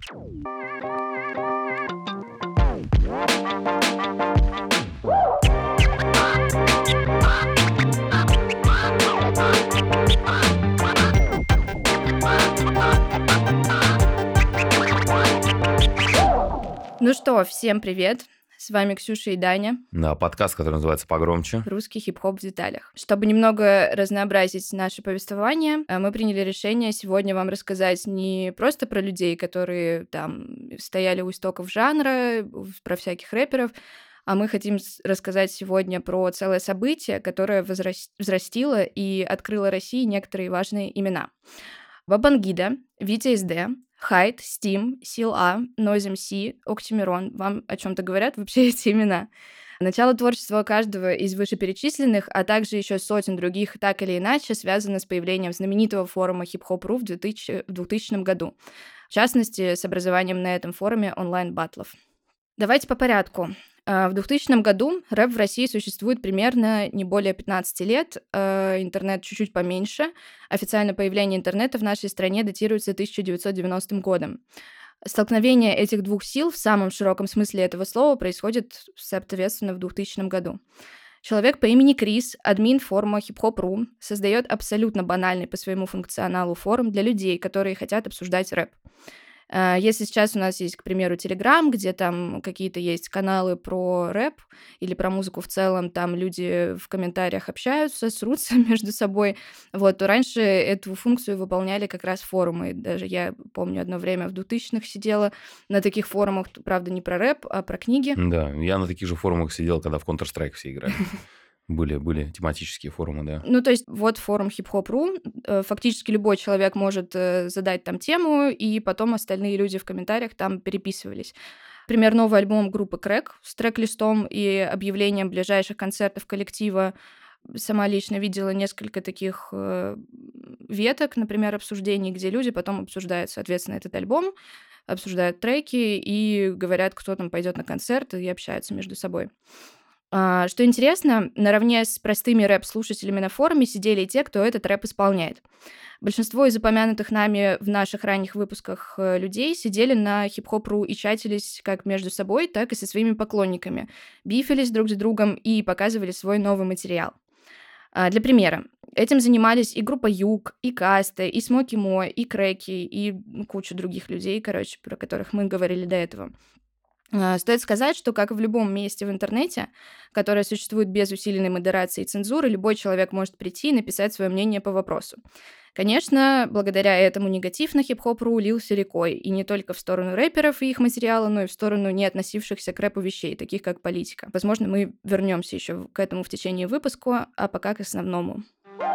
Ну что, всем привет! С вами Ксюша и Даня. На подкаст, который называется «Погромче». Русский хип-хоп в деталях. Чтобы немного разнообразить наше повествование, мы приняли решение сегодня вам рассказать не просто про людей, которые там стояли у истоков жанра, про всяких рэперов, а мы хотим рассказать сегодня про целое событие, которое взрастило и открыло России некоторые важные имена. Бабангида, Витя СД, Хайд, Steam, Сил А, Noise MC, Оксимирон. Вам о чем-то говорят вообще эти имена? Начало творчества каждого из вышеперечисленных, а также еще сотен других, так или иначе, связано с появлением знаменитого форума Hip-Hop.ru в 2000 году. В частности, с образованием на этом форуме онлайн-баттлов. Давайте по порядку. В 2000 году рэп в России существует примерно не более 15 лет, интернет чуть-чуть поменьше. Официальное появление интернета в нашей стране датируется 1990 годом. Столкновение этих двух сил в самом широком смысле этого слова происходит, соответственно, в 2000 году. Человек по имени Крис, админ форума Hip-Hop.ru, создает абсолютно банальный по своему функционалу форум для людей, которые хотят обсуждать рэп. Если сейчас у нас есть, к примеру, Telegram, где там какие-то есть каналы про рэп или про музыку в целом, там люди в комментариях общаются, срутся между собой, вот, то раньше эту функцию выполняли как раз форумы. Даже я помню, одно время в 2000-х сидела на таких форумах, правда, не про рэп, а про книги. Да, я на таких же форумах сидел, когда в Counter-Strike все играли. Были тематические форумы, да. Ну, то есть вот форум Hip-Hop.ru, фактически любой человек может задать там тему, и потом остальные люди в комментариях там переписывались. Например, новый альбом группы Крэк с трек-листом и объявлением ближайших концертов коллектива. Сама лично видела несколько таких веток, например, обсуждений, где люди потом обсуждают, соответственно, этот альбом, обсуждают треки и говорят, кто там пойдет на концерт, и общаются между собой. Что интересно, наравне с простыми рэп-слушателями на форуме сидели и те, кто этот рэп исполняет. Большинство из упомянутых нами в наших ранних выпусках людей сидели на Hip-Hop.ru и чатились как между собой, так и со своими поклонниками, бифились друг с другом и показывали свой новый материал. Для примера, этим занимались и группа Юг, и Каста, и Смоки Мо, и Крэки, и куча других людей, про которых мы говорили до этого. Стоит сказать, что, как и в любом месте в интернете, которое существует без усиленной модерации и цензуры, любой человек может прийти и написать свое мнение по вопросу. Конечно, благодаря этому негатив на хип-хоп.ру лился рекой, и не только в сторону рэперов и их материала, но и в сторону не относившихся к рэпу вещей, таких как политика. Возможно, мы вернемся еще к этому в течение выпуска, а пока к основному.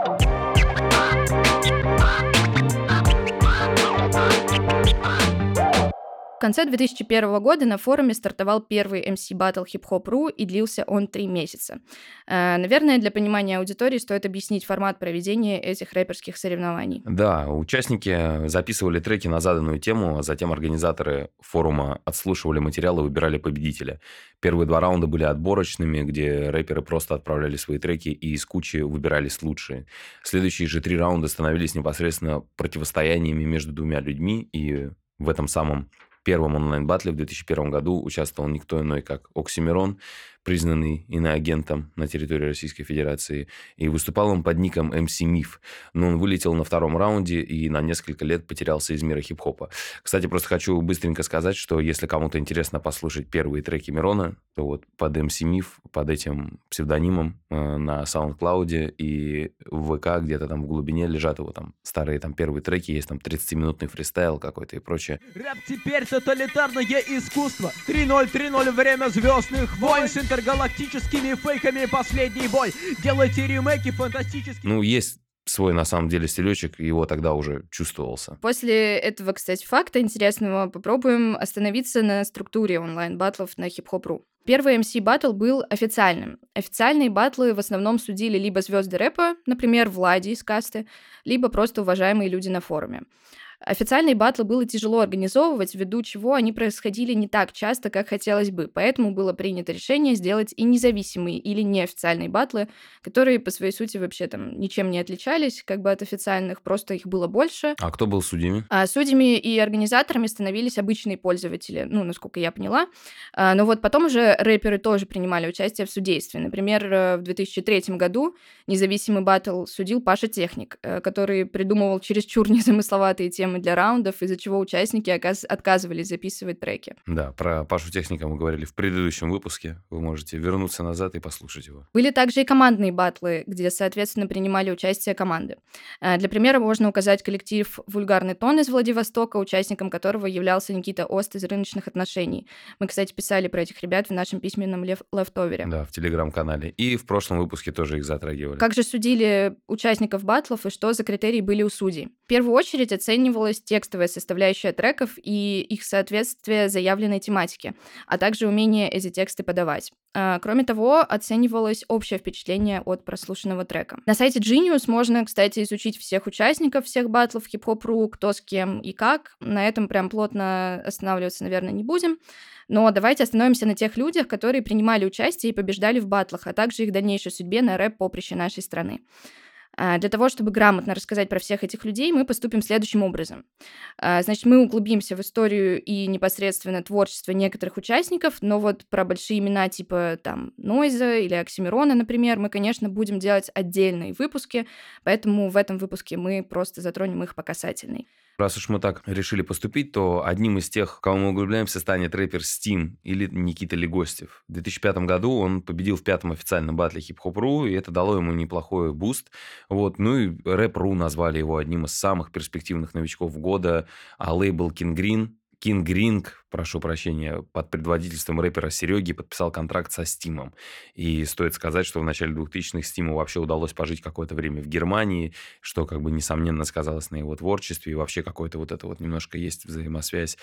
В конце 2001 года на форуме стартовал первый MC-баттл Hip-Hop.ru, и длился он 3 месяца. Наверное, для понимания аудитории стоит объяснить формат проведения этих рэперских соревнований. Да, участники записывали треки на заданную тему, а затем организаторы форума отслушивали материалы и выбирали победителя. Первые 2 раунда были отборочными, где рэперы просто отправляли свои треки и из кучи выбирались лучшие. Следующие же 3 раунда становились непосредственно противостояниями между 2 людьми, и в этом самом первом онлайн-баттле в 2001 году участвовал никто иной, как Оксимирон, признанный иноагентом на территории Российской Федерации, и выступал он под ником MC Миф. Но он вылетел на 2-м раунде и на несколько лет потерялся из мира хип-хопа. Кстати, просто хочу быстренько сказать, что если кому-то интересно послушать первые треки Мирона, то вот под MC Миф, под этим псевдонимом на SoundCloud и в ВК где-то там в глубине лежат его там старые там первые треки, есть там 30-минутный фристайл какой-то и прочее. Рэп теперь тоталитарное искусство. 3-0, время звездных войн с интергалактическими фейками последний бой. Делайте ремейки фантастические. Ну, есть свой, на самом деле, стилечек, его тогда уже чувствовался. После этого, кстати, факта интересного попробуем остановиться на структуре онлайн-баттлов на Hip-Hop.ru. Первый MC-баттл был официальным. Официальные баттлы в основном судили либо звезды рэпа, например, Влади из Касты, либо просто уважаемые люди на форуме. Официальные батлы было тяжело организовывать, ввиду чего они происходили не так часто, как хотелось бы, поэтому было принято решение сделать и независимые или неофициальные батлы, которые по своей сути вообще там ничем не отличались как бы от официальных, просто их было больше. А кто был судьями? А судьями и организаторами становились обычные пользователи, ну, насколько я поняла. Но вот потом уже рэперы тоже принимали участие в судействе. Например, в 2003 году независимый баттл судил Паша Техник, который придумывал чересчур незамысловатые темы для раундов, из-за чего участники отказывались записывать треки. Да, про Пашу Техника мы говорили в предыдущем выпуске. Вы можете вернуться назад и послушать его. Были также и командные баттлы, где, соответственно, принимали участие команды. Для примера можно указать коллектив «Вульгарный тон» из Владивостока, участником которого являлся Никита Ост из «Рыночных отношений». Мы, кстати, писали про этих ребят в нашем письменном лефтовере. Да, в Телеграм-канале. И в прошлом выпуске тоже их затрагивали. Как же судили участников баттлов и что за критерии были у судей? В первую очередь оценивалась текстовая составляющая треков и их соответствие заявленной тематике, а также умение эти тексты подавать. Кроме того, оценивалось общее впечатление от прослушанного трека. На сайте Genius можно, кстати, изучить всех участников всех баттлов Hip-Hop.ru, кто с кем и как. На этом прям плотно останавливаться, наверное, не будем. Но давайте остановимся на тех людях, которые принимали участие и побеждали в баттлах, а также их дальнейшей судьбе на рэп-поприще нашей страны. Для того, чтобы грамотно рассказать про всех этих людей, мы поступим следующим образом. Значит, мы углубимся в историю и непосредственно творчество некоторых участников, но вот про большие имена типа там Нойза или Оксимирона, например, мы, конечно, будем делать отдельные выпуски, поэтому в этом выпуске мы просто затронем их по касательной. Раз уж мы так решили поступить, то одним из тех, в кого мы углубляемся, станет рэпер Steam или Никита Легостев. В 2005 году он победил в 5-м официальном батле Hip-Hop.ru, и это дало ему неплохой буст. Вот. Ну и Рэп.ру назвали его одним из самых перспективных новичков года, а лейбл King Ring, прошу прощения, под предводительством рэпера Сереги подписал контракт со Стимом. И стоит сказать, что в начале 2000-х Стиму вообще удалось пожить какое-то время в Германии, что как бы несомненно сказалось на его творчестве, и вообще какой-то вот это вот немножко есть взаимосвязь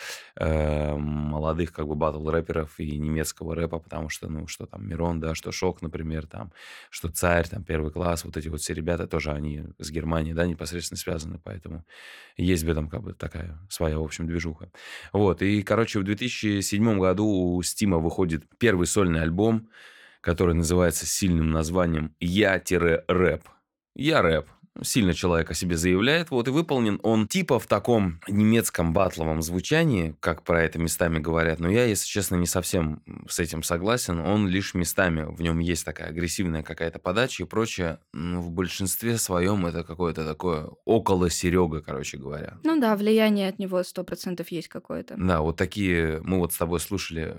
молодых как бы батл-рэперов и немецкого рэпа, потому что, ну, что там Мирон, да, что Шок, например, там, что Царь, там, Первый класс, вот эти вот все ребята тоже, они с Германией, да, непосредственно связаны, поэтому есть в этом как бы такая своя, в общем, движуха. Вот, и, короче, в 2007 году у Стима выходит первый сольный альбом, который называется с сильным названием «Я-рэп». «Я рэп». Сильно человек о себе заявляет, вот, и выполнен он типа в таком немецком батловом звучании, как про это местами говорят, но я, если честно, не совсем с этим согласен, он лишь местами, в нем есть такая агрессивная какая-то подача и прочее, но в большинстве своем это какое-то такое около Серега, короче говоря. Ну да, влияние от него 100% есть какое-то. Да, вот такие, мы вот с тобой слушали,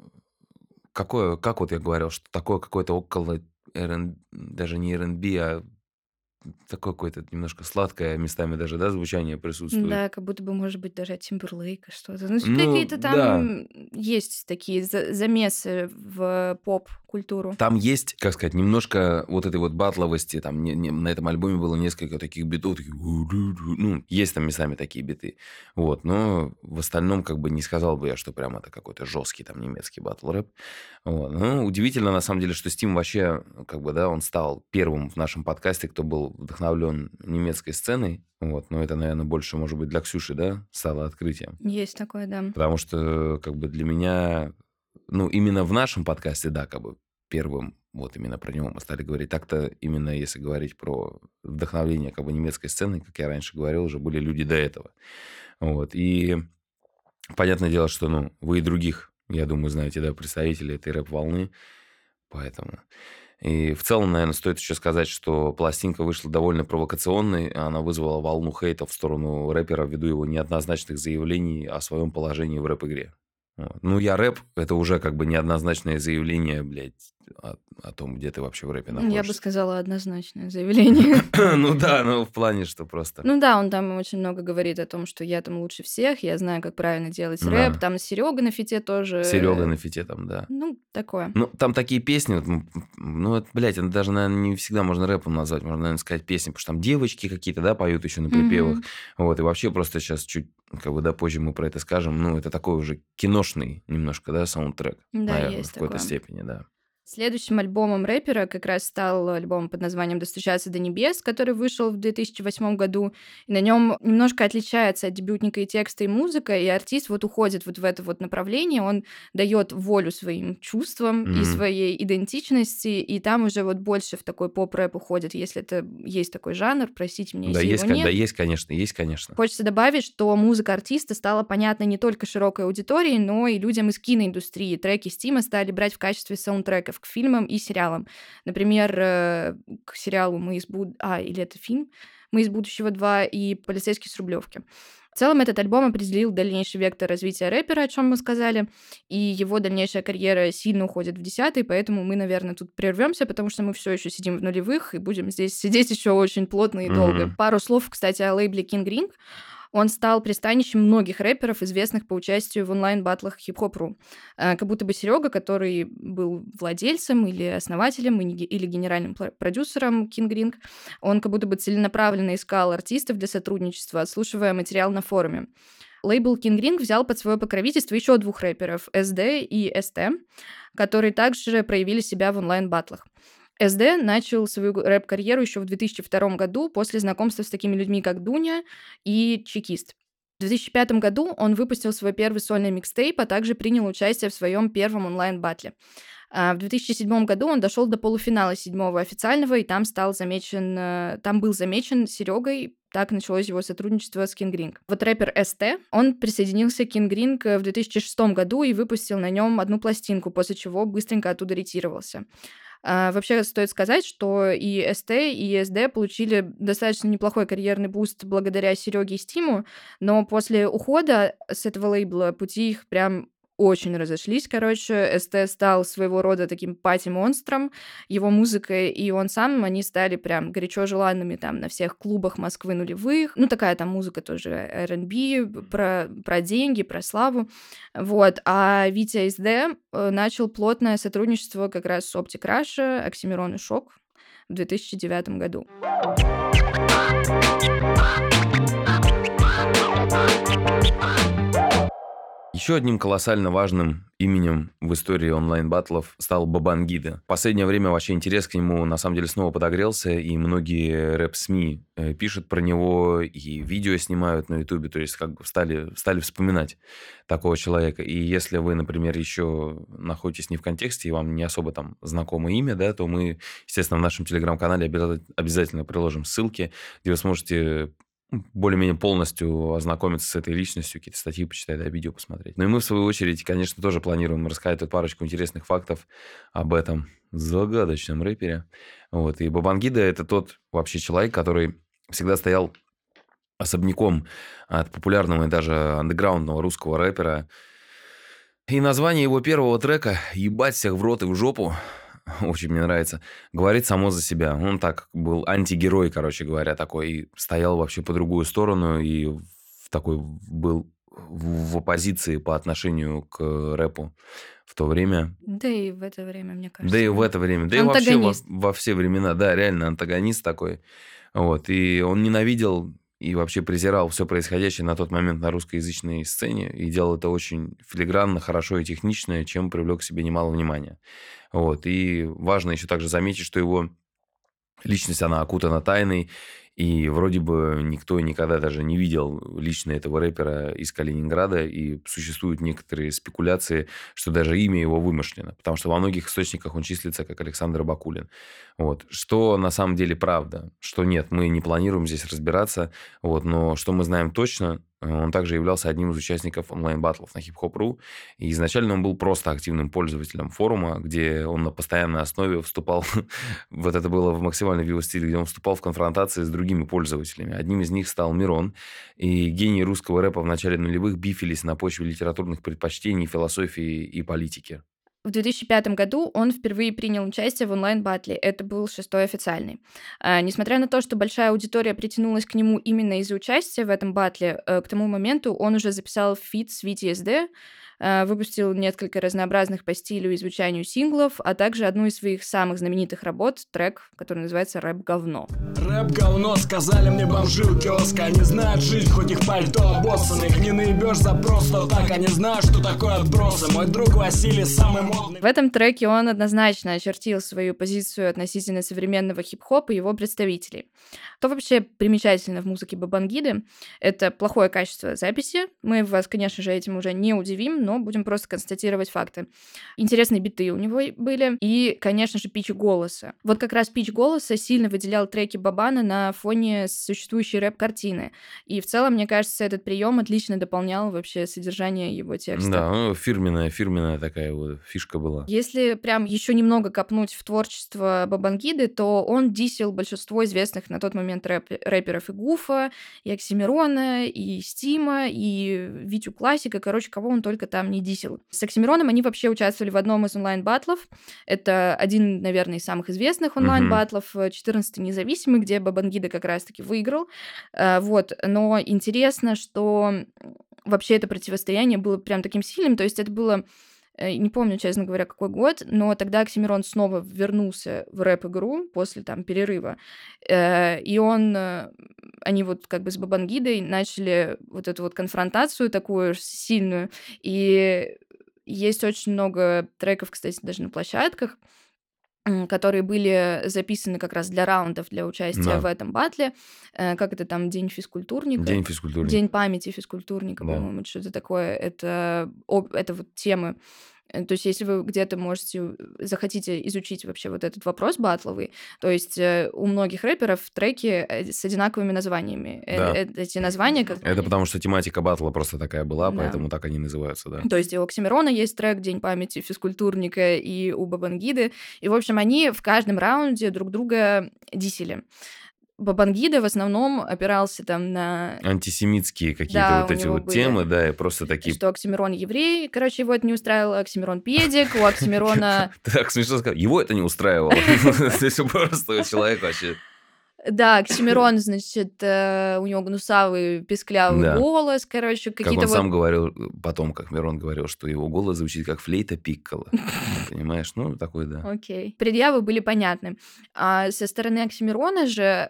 как вот я говорил, что такое какое-то около R&B, даже не R&B, а такое какое-то немножко сладкое местами даже, да, звучание присутствует. Да, как будто бы, может быть, даже от Тимберлейка что-то. Ну, Ну, какие-то да. там есть такие замесы в поп-культуру. Там есть, как сказать, немножко вот этой вот батловости. Там на этом альбоме было несколько таких битов. Таких, ну, есть там местами такие биты. Вот, но в остальном как бы не сказал бы я, что прям это какой-то жесткий там немецкий батл-рэп. Вот. Ну, удивительно, на самом деле, что Steam вообще, как бы, да, он стал первым в нашем подкасте, кто был вдохновлен немецкой сценой. Вот. Но это, наверное, больше, может быть, для Ксюши, да, стало открытием. Есть такое, да. Потому что, как бы, для меня, ну, именно в нашем подкасте, да, как бы, первым, вот именно про него мы стали говорить. Так-то именно если говорить про вдохновление, как бы, немецкой сцены, как я раньше говорил, уже были люди до этого. Вот. И понятное дело, что, ну, вы и других, я думаю, знаете, да, представители этой рэп-волны. Поэтому... И в целом, наверное, стоит еще сказать, что пластинка вышла довольно провокационной. Она вызвала волну хейта в сторону рэпера ввиду его неоднозначных заявлений о своем положении в рэп-игре. Вот. Ну, я рэп, это уже как бы неоднозначное заявление, блядь, о том, где ты вообще в рэпе находишься. Я бы сказала однозначное заявление. Ну да, ну в плане, что просто... Ну да, он там очень много говорит о том, что я там лучше всех, я знаю, как правильно делать Да. рэп. Там Серега на фите тоже. Серега на фите там, да. Ну, такое. Ну, там такие песни, вот, ну, это, блядь, это даже, наверное, не всегда можно рэпом назвать, можно, наверное, сказать песни, потому что там девочки какие-то, да, поют еще на припевах. Вот, и вообще просто сейчас чуть, как бы, да, позже мы про это скажем, ну, это такой уже киношный немножко, да, саундтрек, Да, наверное, есть в какой-то такое. степени, да. Следующим альбомом рэпера как раз стал альбом под названием «Достучаться до небес», который вышел в 2008 году. И на нем немножко отличается от дебютника и текста, и музыка, и артист вот уходит вот в это вот направление, он дает волю своим чувствам и своей идентичности, и там уже вот больше в такой поп-рэп уходит, если это есть такой жанр, простите меня, если его нет. Да, есть, конечно. Хочется добавить, что музыка артиста стала понятна не только широкой аудитории, но и людям из киноиндустрии. Треки Стима стали брать в качестве саундтреков к фильмам и сериалам. Например, к сериалу «Мы из будущего...» или это фильм «Мы из будущего 2» и «Полицейский с Рублевки». В целом, этот альбом определил дальнейший вектор развития рэпера, о чем мы сказали, и его дальнейшая карьера сильно уходит в десятый, поэтому мы, наверное, тут прервемся, потому что мы все еще сидим в нулевых и будем здесь сидеть еще очень плотно и долго. Пару слов, кстати, о лейбле King Ring. Он стал пристанищем многих рэперов, известных по участию в онлайн-баттлах хип-хоп.ру. Как будто бы Серега, который был владельцем или основателем, или генеральным продюсером King Ring, он как будто бы целенаправленно искал артистов для сотрудничества, отслушивая материал на форуме. Лейбл King Ring взял под свое покровительство еще 2 рэперов, SD и ST, которые также проявили себя в онлайн-баттлах. SD начал свою рэп-карьеру еще в 2002 году после знакомства с такими людьми, как Дуня и Чекист. В 2005 году он выпустил свой первый сольный микстейп, а также принял участие в своем первом онлайн-баттле. В 2007 году он дошел до полуфинала 7-го официального, и там был замечен Серегой. Так началось его сотрудничество с King Ring. Вот рэпер ST, он присоединился к King Ring в 2006 году и выпустил на нем 1 пластинку, после чего быстренько оттуда ретировался. Вообще стоит сказать, что и СТ, и SD получили достаточно неплохой карьерный буст благодаря Сереге и Стиму, но после ухода с этого лейбла пути их прям очень разошлись, короче. СТ стал своего рода таким пати-монстром, его музыка и он сам, они стали прям горячо желанными там на всех клубах Москвы нулевых. Ну, такая там музыка тоже R&B, про деньги, про славу. Вот. А Витя СД начал плотное сотрудничество как раз с Optic Russia, Оксимирон и Шок в 2009 году. Еще одним колоссально важным именем в истории онлайн-баттлов стал Бабангида. В последнее время вообще интерес к нему на самом деле снова подогрелся, и многие рэп-СМИ пишут про него, и видео снимают на Ютубе, то есть как бы стали вспоминать такого человека. И если вы, например, еще находитесь не в контексте, и вам не особо там знакомо имя, да, то мы, естественно, в нашем телеграм-канале обязательно приложим ссылки, где вы сможете более-менее полностью ознакомиться с этой личностью, какие-то статьи почитать, да, видео посмотреть. Ну и мы, в свою очередь, конечно, тоже планируем рассказать тут парочку интересных фактов об этом загадочном рэпере. Вот. И Бабангида — это тот вообще человек, который всегда стоял особняком от популярного и даже андеграундного русского рэпера. И название его первого трека «Ебать всех в рот и в жопу» очень мне нравится, говорит само за себя. Он так был антигерой, короче говоря, такой, и стоял вообще по другую сторону, и такой был в оппозиции по отношению к рэпу в то время. Да и в это время, мне кажется. Да и в это время. Да и вообще во все времена. Да, реально антагонист такой. Вот. И он ненавидел и вообще презирал все происходящее на тот момент на русскоязычной сцене, и делал это очень филигранно, хорошо и технично, чем привлек к себе немало внимания. Вот. И важно еще также заметить, что его личность, она окутана тайной, и вроде бы никто никогда даже не видел лично этого рэпера из Калининграда, и существуют некоторые спекуляции, что даже имя его вымышлено, потому что во многих источниках он числится как Александр Бакулин. Вот. Что на самом деле правда, что нет, мы не планируем здесь разбираться, вот, но что мы знаем точно, он также являлся одним из участников онлайн-баттлов на hip-hop.ru, и изначально он был просто активным пользователем форума, где он на постоянной основе вступал, вот это было максимально в его стиле, где он вступал в конфронтации с другими пользователями. Одним из них стал Мирон, и гении русского рэпа в начале нулевых бифились на почве литературных предпочтений, философии и политики. В 2005 году он впервые принял участие в онлайн-баттле. Это был 6-й официальный. Несмотря на то, что большая аудитория притянулась к нему именно из-за участия в этом баттле, к тому моменту он уже записал фит с Вити СД, выпустил несколько разнообразных по стилю и звучанию синглов, а также одну из своих самых знаменитых работ, трек, который называется «Рэп-говно». Рэп-говно, сказали мне бомжи у киоска. Они знают жизнь, хоть их пальто обоссаны. Их не наебешь за просто так, они знают, что такое отбросы. Мой друг Василий самый модный. В этом треке он однозначно очертил свою позицию относительно современного хип-хопа и его представителей. Что вообще примечательно в музыке Бабангиды? Это плохое качество записи. Мы вас, конечно же, этим уже не удивим, но будем просто констатировать факты. Интересные биты у него были и, конечно же, питч голоса. Вот как раз питч голоса сильно выделял треки Бабана на фоне существующей рэп-картины. И в целом, мне кажется, этот прием отлично дополнял вообще содержание его текста. Да, ну, фирменная такая вот фишка была. Если прям еще немного копнуть в творчество Бабангиды, то он дисел большинство известных на тот момент рэперов и Гуфа, и Оксимирона, и Стима, и Витю Классика, короче, кого он только там не дисел. С Оксимироном они вообще участвовали в одном из онлайн-баттлов. Это один, наверное, из самых известных онлайн-баттлов, 14-й независимый, где Бабангида как раз-таки выиграл. Вот. Но интересно, что вообще это противостояние было прям таким сильным, то есть это было... Не помню, честно говоря, какой год, но тогда Оксимирон снова вернулся в рэп-игру после там перерыва, и они вот как бы с Бабангидой начали вот эту вот конфронтацию такую сильную, и есть очень много треков, кстати, даже на площадках, которые были записаны как раз для раундов, для участия Да. в этом батле. Как это там, День физкультурника? День физкультурника. День памяти физкультурника, Да. по-моему, что-то такое. Это вот темы. То есть если вы где-то захотите изучить вообще вот этот вопрос батловый, то есть у многих рэперов треки с одинаковыми названиями. Да. Эти названия как... Это потому, что тематика батла просто такая была, Да. поэтому так они называются, да. То есть и у Оксимирона есть трек «День памяти физкультурника», и у Бабангиды. И, в общем, они в каждом раунде друг друга дисели. Бабангида в основном опирался там на... Антисемитские какие-то Да, вот у эти него вот были. темы, да, и просто такие... Что Оксимирон еврей, короче, его это не устраивало, Оксимирон педик, у Оксимирона... Так смешно сказать. Его это не устраивало. То есть просто человек вообще... Да, Оксимирон, значит, у него гнусавый, песклявый Да. голос, короче, Как какие-то он вот... сам говорил, потом, как Мирон говорил, что его голос звучит как флейта пикколо. Понимаешь? Ну, такой, да. Окей. Предъявы были понятны. А со стороны Оксимирона же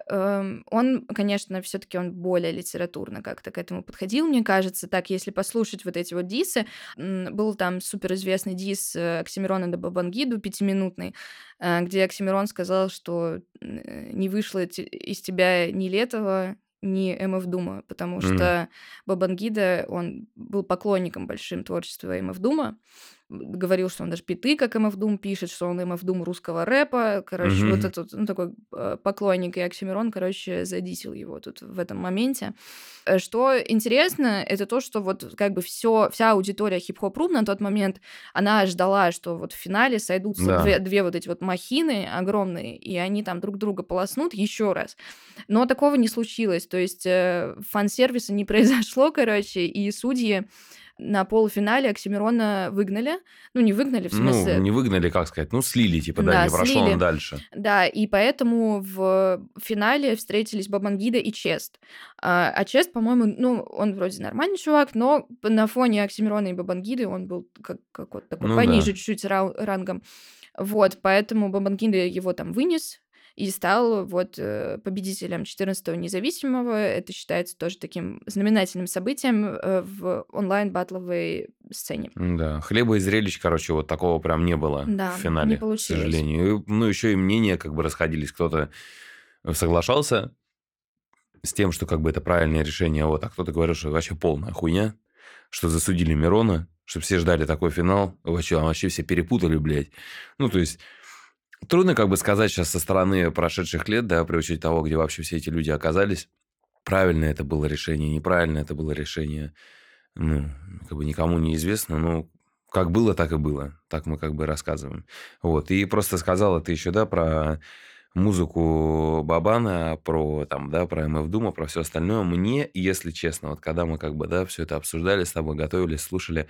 он, конечно, все-таки он более литературно как-то к этому подходил, мне кажется. Так, если послушать вот эти вот дисы, был там суперизвестный дис Оксимирона на Бабангиду, 5-минутный, где Оксимирон сказал, что не вышло из тебя ни Летова, ни МФ Дума, потому что Бабангида, он был поклонником большим творчества МФ Дума, говорил, что он даже биты, как МФ Дум пишет, что он МФ Дум русского рэпа, короче, вот этот, ну, такой поклонник, и Оксимирон, короче, задисел его тут в этом моменте. Что интересно, это то, что вот как бы вся аудитория хип-хоп-рум на тот момент, она ждала, что вот в финале сойдутся Да. две вот эти вот махины огромные, и они там друг друга полоснут еще раз. Но такого не случилось, то есть фан-сервиса не произошло, короче, и судьи на полуфинале Оксимирона выгнали. Ну, не выгнали, в смысле... Ну, не выгнали, как сказать, ну, слили, типа, да, Да, не прошел слили. он дальше. Да, и поэтому в финале встретились Бабангида и Чест. А Чест, по-моему, ну, он вроде нормальный чувак, но на фоне Оксимирона и Бабангиды он был как вот такой Ну пониже да. чуть-чуть рангом. Вот, поэтому Бабангида его там вынес и стал вот победителем 14-го независимого. Это считается тоже таким знаменательным событием в онлайн-баттловой сцене. Да, хлеба и зрелищ, короче, вот такого прям не было Да, в не финале, к получилось. сожалению. И, ну, еще и мнения как бы расходились. Кто-то соглашался с тем, что как бы это правильное решение, вот, а кто-то говорил, что вообще полная хуйня, что засудили Мирона, что все ждали такой финал, вообще все перепутали, блядь. Ну, то есть, трудно как бы сказать сейчас со стороны прошедших лет, да, при учете того, где вообще все эти люди оказались, правильно это было решение, неправильно это было решение, ну, как бы никому не известно, но как было, так и было. Так мы как бы рассказываем. Вот. И просто сказала ты еще, да, про музыку Бабана, про там, да, про МФ Дума, про все остальное. Мне, если честно, вот когда мы как бы, да, все это обсуждали с тобой, готовились, слушали,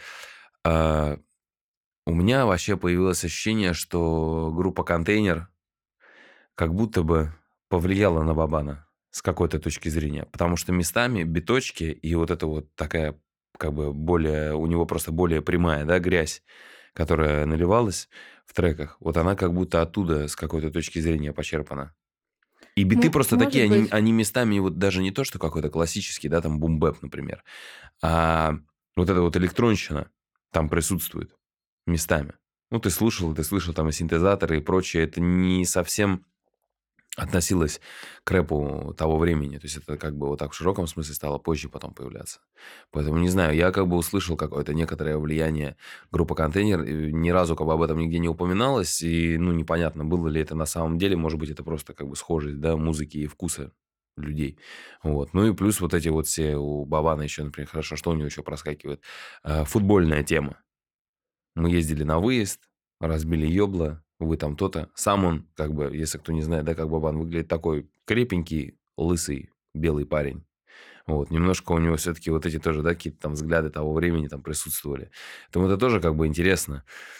у меня вообще появилось ощущение, что группа «Контейнер» как будто бы повлияла на Бабана с какой-то точки зрения. Потому что местами биточки и вот это вот такая как бы более, у него просто более прямая, да, грязь, которая наливалась в треках, вот она как будто оттуда с какой-то точки зрения почерпана. И биты просто Может такие, быть. они местами вот даже не то, что какой-то классический, да, там бум-бэп, например, а вот эта вот электронщина там присутствует местами. Ну, ты слышал там и синтезаторы, и прочее. Это не совсем относилось к рэпу того времени. То есть это как бы вот так в широком смысле стало позже потом появляться. Поэтому не знаю, я как бы услышал какое-то некоторое влияние группы «Контейнер». И ни разу как бы об этом нигде не упоминалось. И, ну, непонятно, было ли это на самом деле. Может быть, это просто как бы схожесть, да, музыки и вкуса людей. Вот. Ну и плюс вот эти вот все у Бабана еще, например, хорошо, что у него еще проскакивает. Футбольная тема. Мы ездили на выезд, разбили ёбла, вы там то-то. Сам он, как бы, если кто не знает, да, как Бабан выглядит, такой крепенький, лысый, белый парень. Вот, немножко у него все-таки вот эти тоже, да, какие-то там взгляды того времени там присутствовали. Поэтому это тоже как бы интересно.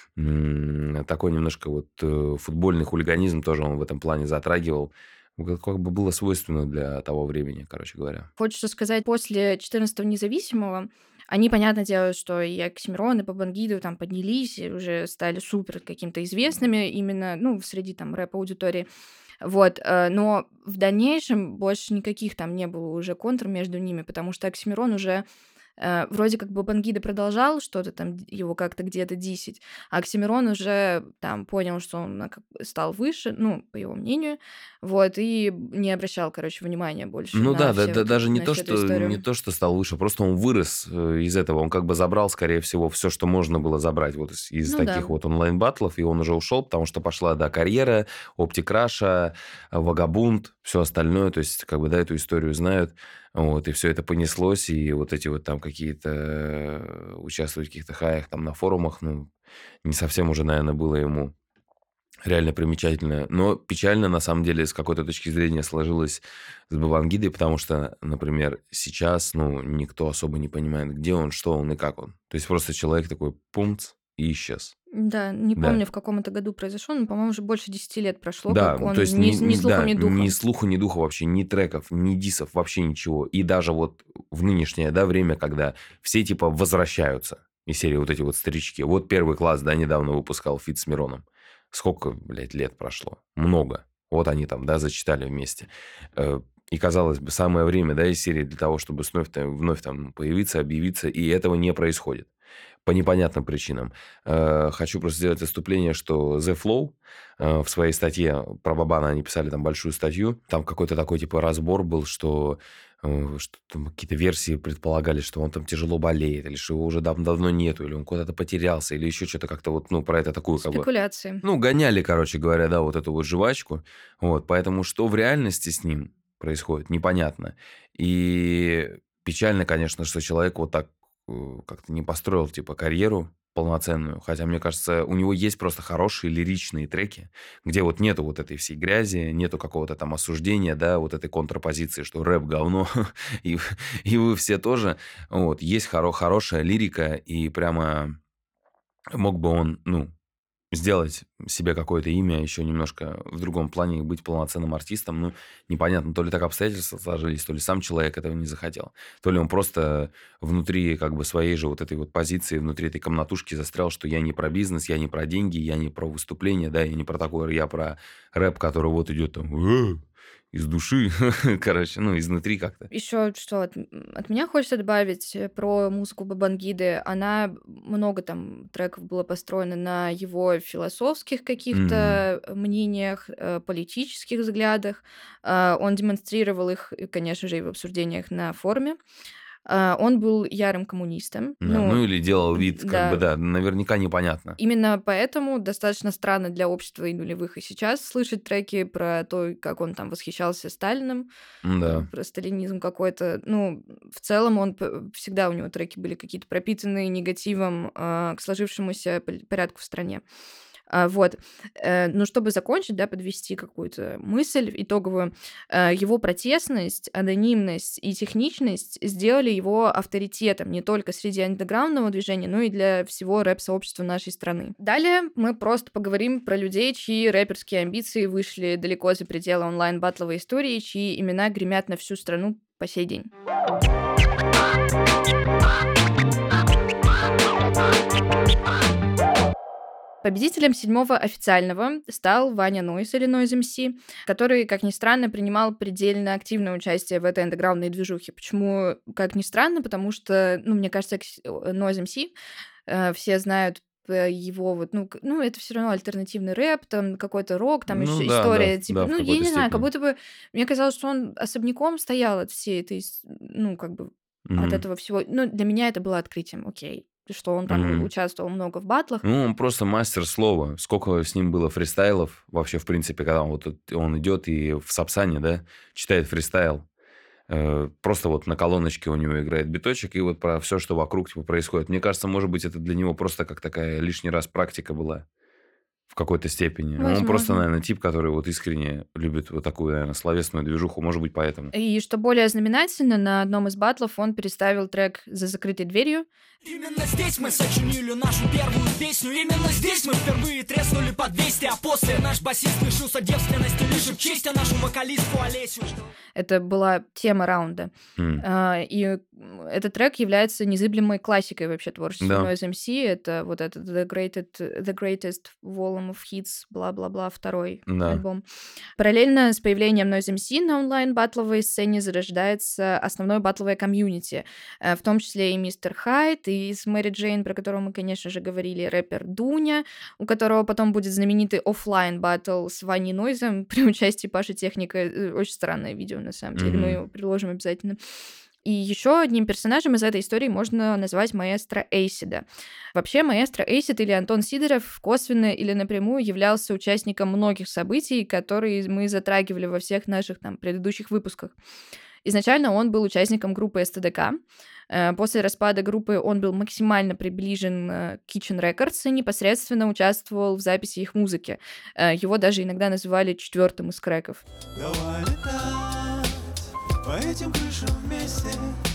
Такой немножко вот футбольный хулиганизм тоже он в этом плане затрагивал. Как бы было свойственно для того времени, короче говоря. Хочется сказать, после 14-го независимого они, понятное дело, что и Оксимирон, и Бабангиду там поднялись, и уже стали супер каким-то известными именно, ну, среди там рэп-аудитории. Вот, но в дальнейшем больше никаких там не было уже контр между ними, потому что Оксимирон уже вроде как бы Бабангида продолжал что-то там, его как-то где-то дисить, а Оксимирон уже там понял, что он стал выше, ну, по его мнению, вот, и не обращал, короче, внимания больше Ну на да, все вот даже на всю эту не историю. то, что стал выше, просто он вырос из этого. Он как бы забрал, скорее всего, все, что можно было забрать вот из Ну да. таких вот онлайн-баттлов, и он уже ушел, потому что пошла, да, карьера, Оптикраша, Вагабунд, все остальное, то есть как бы, да, эту историю знают, вот, и все это понеслось, и вот эти вот там какие-то участвовать в каких-то хаях там на форумах, ну, не совсем уже, наверное, было ему реально примечательно. Но печально, на самом деле, с какой-то точки зрения сложилось с Бабангидой, потому что, например, сейчас, ну, никто особо не понимает, где он, что он и как он. То есть просто человек такой пумц и исчез. Да, не Да. помню, в каком это году произошло, но, по-моему, уже больше 10 лет прошло, Да, как то есть он ни слухом, да, ни ни духом. слуха, ни духа вообще, ни треков, ни дисов, вообще ничего. И даже вот в нынешнее, да, время, когда все типа возвращаются из серии вот эти вот старички. Вот первый класс, да, недавно выпускал фит с Мироном. Сколько, блядь, лет прошло? Много. Вот они там, да, зачитали вместе. И, казалось бы, самое время, да, из серии для того, чтобы вновь там появиться, объявиться, и этого не происходит. По непонятным причинам. Хочу просто сделать отступление, что The Flow в своей статье про Бабана, они писали там большую статью, там какой-то такой типа разбор был, что там какие-то версии предполагали, что он там тяжело болеет, или что его уже давно нету, или он куда-то потерялся, или еще что-то как-то вот, ну, про это такую как бы... Спекуляции. Ну, гоняли, короче говоря, да, вот эту вот жвачку. Вот, поэтому что в реальности с ним происходит, непонятно. И печально, конечно, что человек вот так как-то не построил, типа, карьеру полноценную. Хотя, мне кажется, у него есть просто хорошие лиричные треки, где вот нету вот этой всей грязи, нету какого-то там осуждения, да, вот этой контрпозиции, что рэп говно, и, и вы все тоже. Вот, есть хорошая лирика, и прямо мог бы он, ну, сделать себе какое-то имя еще немножко в другом плане и быть полноценным артистом. Ну, непонятно, то ли так обстоятельства сложились, то ли сам человек этого не захотел, то ли он просто внутри как бы своей же вот этой вот позиции, внутри этой комнатушки застрял, что я не про бизнес, я не про деньги, я не про выступление, да, я не про такое, я про рэп, который вот идет там из души, короче, ну, изнутри как-то. Еще что от меня хочется добавить про музыку Бабангиды. Она много там треков было построено на его философских каких-то мнениях, политических взглядах. Он демонстрировал их, конечно же, и в обсуждениях на форуме. Он был ярым коммунистом. Да, ну или делал вид, как бы, да. да, наверняка непонятно. Именно поэтому достаточно странно для общества и нулевых и сейчас слышать треки про то, как он там восхищался Сталиным, Да. про сталинизм какой-то. Ну, в целом он всегда у него треки были какие-то пропитанные негативом к сложившемуся порядку в стране. Вот. Но чтобы закончить, да, подвести какую-то мысль итоговую, его протестность, анонимность и техничность сделали его авторитетом не только среди андеграундного движения, но и для всего рэп-сообщества нашей страны. Далее мы просто поговорим про людей, чьи рэперские амбиции вышли далеко за пределы онлайн-баттловой истории, чьи имена гремят на всю страну по сей день. Победителем 7-го официального стал Ваня Нойз или Noise MC, который, как ни странно, принимал предельно активное участие в этой андеграундной движухе. Почему, как ни странно? Потому что, ну, мне кажется, Noise MC все знают его вот, ну, это все равно альтернативный рэп, там какой-то рок, там Ну еще да, история, да, типа, да, в ну, я какой-то не знаю, как степени. будто бы мне казалось, что он особняком стоял от всей этой, ну, как бы от Мгм. этого всего. Ну, для меня это было открытием, окей, что он там Мгм. участвовал много в батлах. Ну, он просто мастер слова. Сколько с ним было фристайлов вообще, в принципе, когда он идет и в Сапсане, да, читает фристайл. Просто вот на колоночке у него играет биточек, и вот про все, что вокруг типа, происходит. Мне кажется, может быть, это для него просто как такая лишний раз практика была в какой-то степени. Он просто, Возможно. наверное, тип, который вот искренне любит вот такую, наверное, словесную движуху. Может быть, поэтому. И что более знаменательно, на одном из батлов он переставил трек «За закрытой дверью». Именно здесь мы сочинили нашу первую песню. Именно здесь мы впервые треснули по 200. А после наш басист лишился девственности, лишив честь, а нашу вокалистку Олесю. Это была тема раунда. М. И этот трек является незыблемой классикой вообще творчества Да. Noise MC. Это вот этот The Greatest Volume of Hits, бла-бла-бла, второй Да. альбом. Параллельно с появлением Noise MC на онлайн-баттловой сцене зарождается основное баттловое комьюнити, в том числе и Мистер Хайд, и с Мэри Джейн, про которого мы, конечно же, говорили, рэпер Дуня, у которого потом будет знаменитый оффлайн баттл с Ваней Нойзом при участии Паши Техника. Очень странное видео, на самом деле, мы Мгм. его приложим обязательно. И еще одним персонажем из этой истории можно назвать маэстро Эйсида. Вообще, маэстро Эйсид или Антон Сидоров косвенно или напрямую являлся участником многих событий, которые мы затрагивали во всех наших там предыдущих выпусках. Изначально он был участником группы СТДК. После распада группы он был максимально приближен к Kitchen Records и непосредственно участвовал в записи их музыки. Его даже иногда называли четвертым из крэков. Давай летать по этим крышам вместе,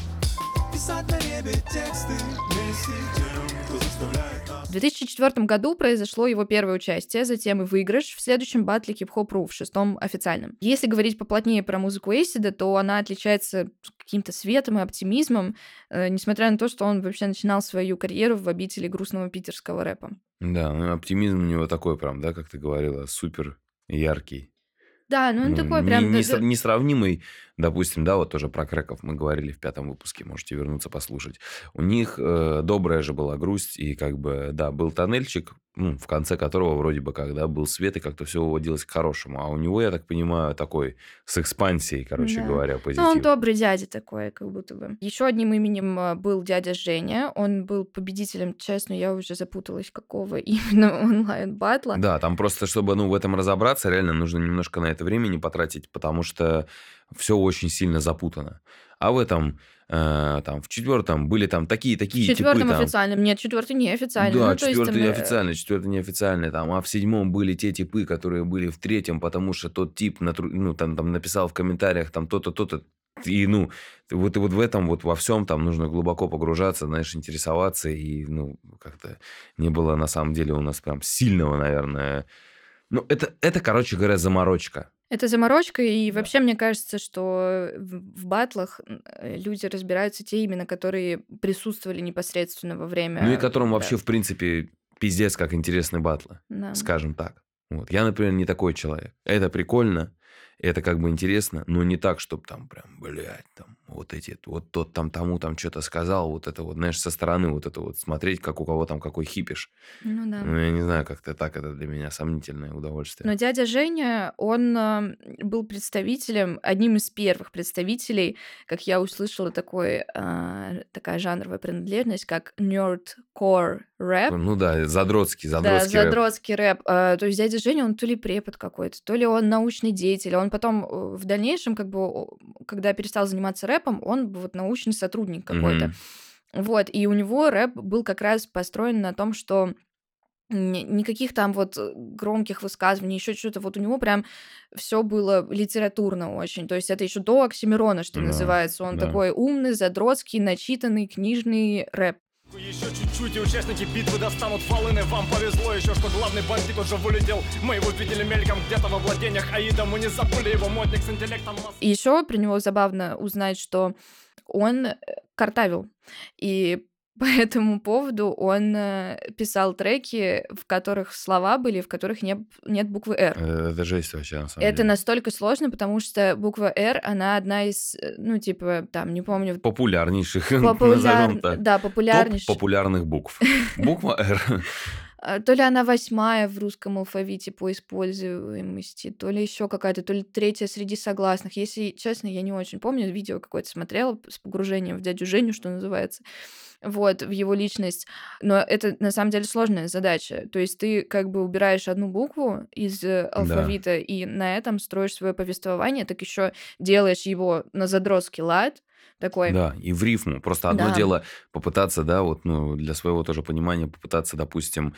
писать на небе тексты вместе тем, кто заставляет нас. В 2004 году произошло его первое участие, затем и выигрыш в следующем батле Hip Hop Roo, в шестом официальном. Если говорить поплотнее про музыку Эйсида, то она отличается каким-то светом и оптимизмом, несмотря на то, что он вообще начинал свою карьеру в обители грустного питерского рэпа. Да, ну оптимизм у него такой прям, да, как ты говорила, супер яркий. Да, ну он такой прям... Несравнимый, допустим, да, вот тоже про крэков мы говорили в 5-м выпуске, можете вернуться послушать. У них добрая же была грусть, и как бы, да, был тоннельчик, в конце которого вроде бы как, да, был свет, и как-то все выводилось к хорошему. А у него, я так понимаю, такой с экспансией, короче Да. говоря, Ну, он позитив. добрый дядя такой, как будто бы. Еще одним именем был дядя Женя. Он был победителем, честно, я уже запуталась, какого именно онлайн-батла. Да, там просто, чтобы, в этом разобраться, реально нужно немножко на это времени потратить, потому что все очень сильно запутано. А в этом, там, в 4-м были там такие В типы, 4-м там, официальным. Нет, 4-й неофициальный. да, Ну, то есть там, 4-й официальный, 4-й неофициальный, там, а в 7-м были те типы, которые были в 3-м, потому что тот тип там написал в комментариях там то-то, то-то, и, вот в этом, вот во всем там нужно глубоко погружаться, знаешь, интересоваться, и, как-то не было на самом деле у нас прям сильного, наверное. Это, короче говоря, заморочка. Это заморочка, и Да. вообще мне кажется, что в батлах люди разбираются те именно, которые присутствовали непосредственно во время... И которым да, вообще, в принципе, пиздец, как интересны батлы, да. скажем так. Вот. Я, например, не такой человек. Это прикольно, это как бы интересно, но не так, чтобы там прям, блядь, там, вот тот там тому там что-то сказал, вот это вот, знаешь, со стороны вот это вот смотреть, как у кого там какой хипиш. Ну да. Я не знаю, как-то так, это для меня сомнительное удовольствие. Но дядя Женя, он был представителем, одним из первых представителей, как я услышала, такая жанровая принадлежность, как nerdcore рэп. Ну да, задротский Да, рэп. задротский рэп. То есть дядя Женя, он то ли препод какой-то, то ли он научный деятель. Он потом в дальнейшем, как бы, когда перестал заниматься рэпом, он вот научный сотрудник какой-то. Мгм. Вот, и у него рэп был как раз построен на том, что никаких там вот громких высказываний, еще что-то. Вот у него прям все было литературно очень. То есть это еще до Оксимирона, что Да, называется. Он да. такой умный, задротский, начитанный, книжный рэп. Еще чуть-чуть, и участники битвы достанут волыны. Вам повезло еще, что главный бандит уже вылетел. Мы его видели мельком где-то во владениях Аида. Мы не забыли его, модник с интеллектом. И еще про него забавно узнать, что он картавил. И по этому поводу он писал треки, в которых слова были, в которых нет буквы «Р». Это жесть вообще, на самом Это деле. настолько сложно, потому что буква «Р», она одна из, там, не помню, Популярнейших, назовем так. да, Топ популярнейших. популярных букв. Буква «Р». То ли она 8-я в русском алфавите по используемости, то ли еще какая-то, то ли 3-я среди согласных. Если честно, я не очень помню. Видео какое-то смотрела с погружением в дядю Женю, что называется, вот, в его личность. Но это на самом деле сложная задача. То есть ты как бы убираешь одну букву из Да. алфавита и на этом строишь свое повествование, так еще делаешь его на задротский лад такой. Да, и в рифму. Просто одно Да, дело попытаться, да, вот, ну, для своего тоже понимания попытаться, допустим,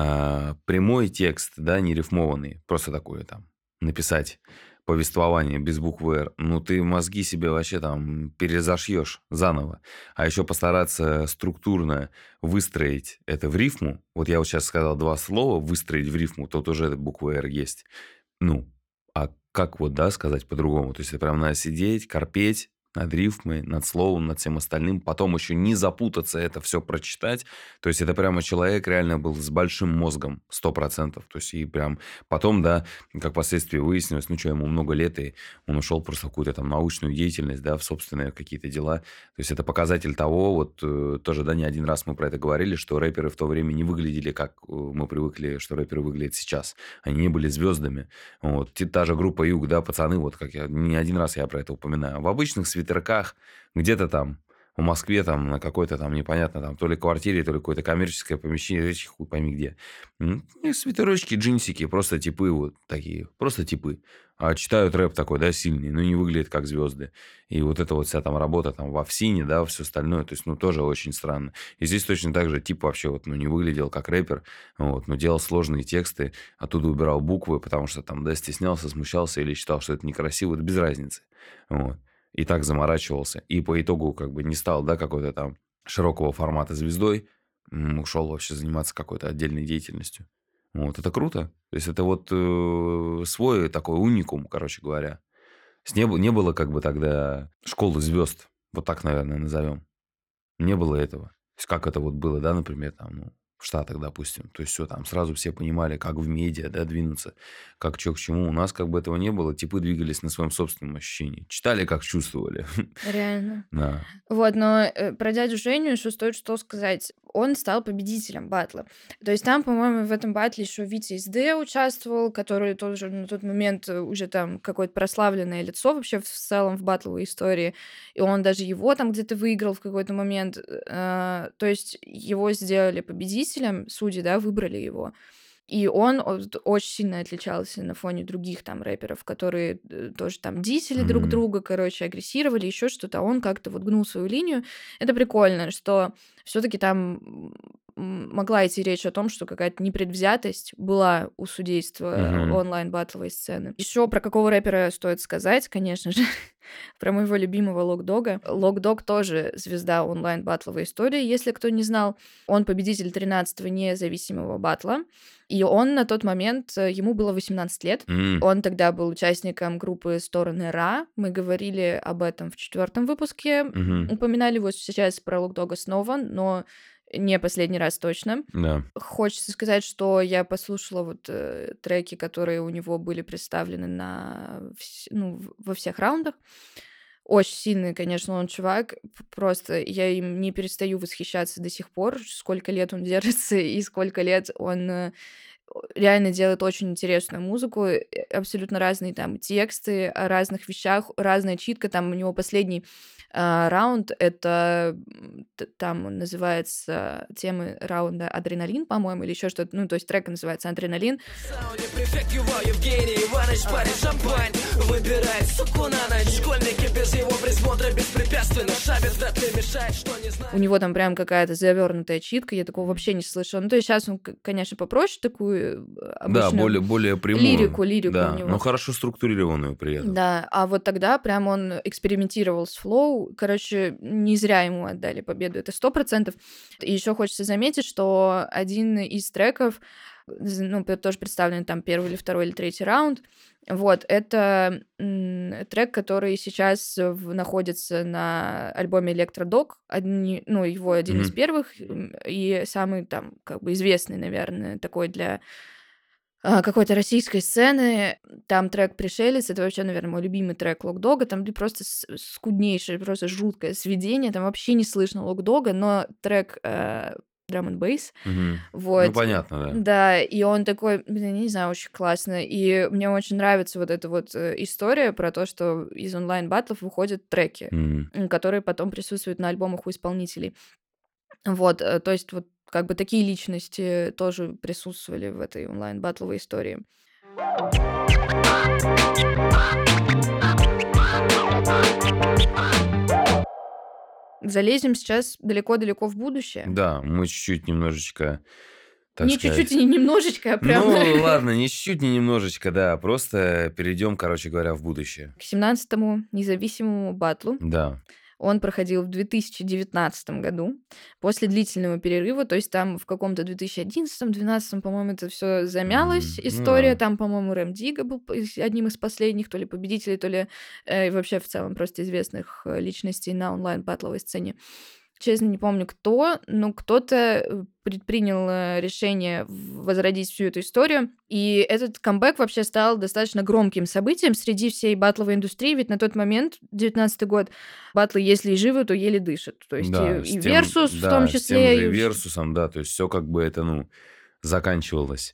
прямой текст, да, не рифмованный, просто такое там написать повествование без буквы «Р». Ну, ты мозги себе вообще там перезашьешь заново. А еще постараться структурно выстроить это в рифму. Вот я вот сейчас сказал два слова «выстроить в рифму», тут уже буква «Р» есть. Ну, а как вот, да, сказать по-другому? То есть это прям надо сидеть, корпеть над рифмой, над словом, над всем остальным, потом еще не запутаться, это все прочитать. То есть это прямо человек реально был с большим мозгом, 100%. То есть и прям потом, да, как впоследствии выяснилось, ну что, ему много лет, и он ушел просто в какую-то там научную деятельность, да, в собственные какие-то дела. То есть это показатель того, вот тоже, да, не один раз мы про это говорили, что рэперы в то время не выглядели, как мы привыкли, что рэперы выглядят сейчас. Они не были звездами. Вот. Та же группа Юг, да, пацаны, вот как я, не один раз я про это упоминаю. В обычных свитерках, где-то там в Москве, там, на какой-то там, непонятно, там, то ли квартире, то ли какое-то коммерческое помещение, хуй пойми где. И свитерочки, джинсики, просто типы вот такие, просто типы. А читают рэп такой, да, сильный, но не выглядят как звезды. И вот эта вот вся там работа там в Овсине, да, все остальное, то есть, ну, тоже очень странно. И здесь точно так же тип вообще вот, ну, не выглядел как рэпер, вот, но делал сложные тексты, оттуда убирал буквы, потому что там, да, стеснялся, смущался или считал, что это некрасиво, это без разницы. Вот. И так заморачивался. И по итогу как бы не стал, да, какой-то там широкого формата звездой, ушел вообще заниматься какой-то отдельной деятельностью. Вот, это круто. То есть это вот свой такой уникум, короче говоря. Не было как бы тогда школы звезд. Вот так, наверное, назовем. Не было этого. То есть как это вот было, да, например, там, ну, в Штатах, допустим. То есть все там сразу все понимали, как в медиа, да, двинуться, как что к чему. У нас как бы этого не было. Типы двигались на своем собственном ощущении. Читали, как чувствовали. реально. Да. Вот, но про дядю Женю что стоит что сказать. Он стал победителем батла. То есть там, по-моему, в этом батле еще Витя СД участвовал, который тоже на тот момент уже там какое-то прославленное лицо вообще в целом в батловой истории. И он даже его там где-то выиграл в какой-то момент. То есть его сделали победителем, судьи, да, выбрали его. И он очень сильно отличался на фоне других там рэперов, которые тоже там дисели друг Мгм. друга, короче, агрессировали, еще что-то. А он как-то вот гнул свою линию. Это прикольно, что все-таки там могла идти речь о том, что какая-то непредвзятость была у судейства Мгм. онлайн-батловой сцены. Еще про какого рэпера стоит сказать, конечно же, про моего любимого Локдога. Локдог тоже звезда онлайн-батловой истории, если кто не знал. Он победитель 13-го независимого батла. И он на тот момент, ему было 18 лет. М. Он тогда был участником группы «Стороны Ра». Мы говорили об этом в 4-м выпуске. Мгм. Упоминали вот сейчас про Локдога снова, но не последний раз точно. Да. Хочется сказать, что я послушала вот треки, которые у него были представлены во всех раундах. Очень сильный, конечно, он чувак. Просто я им не перестаю восхищаться до сих пор, сколько лет он держится и сколько лет он реально делает очень интересную музыку, абсолютно разные там тексты о разных вещах, разная читка. Там у него последний раунд, это там он называется темы раунда «Адреналин», по-моему, или еще что-то. Ну, то есть трек называется «Адреналин». Сауне префект его Евгений Иванович парит шампань. Выбирает суку на ночь. Школьники без его присмотра беспрепятственно шабят, вряд ли мешает, что не знает. У него там прям какая-то завернутая читка, я такого вообще не слышала. Ну, то есть сейчас он, конечно, попроще такую Да, обычную более прямую. лирику Да, у него. но хорошо структурированную при этом. Да, а вот тогда прям он экспериментировал с флоу. Короче, не зря ему отдали победу, это 100%. И еще хочется заметить, что один из треков, ну, тоже представлен там первый или второй или третий раунд, вот, это трек, который сейчас находится на альбоме Electrodog, его один из Мгм. первых и самый там как бы известный, наверное, такой для какой-то российской сцены. Там трек «Пришелец». Это вообще, наверное, мой любимый трек Локдога. Там просто скуднейшее, просто жуткое сведение. Там вообще не слышно Локдога, но трек драм н бейс. Ну, Вот. понятно, да. Да, и он такой, блин, не знаю, очень классно. И мне очень нравится вот эта вот история про то, что из онлайн-баттлов выходят треки, которые потом присутствуют на альбомах у исполнителей. Вот, то есть вот как бы такие личности тоже присутствовали в этой онлайн-баттловой истории. Залезем сейчас далеко-далеко в будущее. Да, мы чуть-чуть немножечко, так Не сказать... чуть-чуть и не немножечко, а прям Ну, ладно, не чуть-чуть, не немножечко, да. Просто перейдем, короче говоря, в будущее. к 17-му независимому баттлу. Да. Он проходил в 2019 году, после длительного перерыва, то есть там в каком-то 2011-2012, по-моему, это все замялась Ну история. да. Там, по-моему, Рэм Дига был одним из последних, то ли победителей, то ли вообще в целом просто известных личностей на онлайн-баттловой сцене. Честно, не помню кто, но кто-то предпринял решение возродить всю эту историю. И этот камбэк вообще стал достаточно громким событием среди всей баттловой индустрии, ведь на тот момент, 19-й год, баттлы, если и живы, то еле дышат. То есть Да, и Versus в том с тем числе. же и Версусом, да, то есть все как бы это, заканчивалось.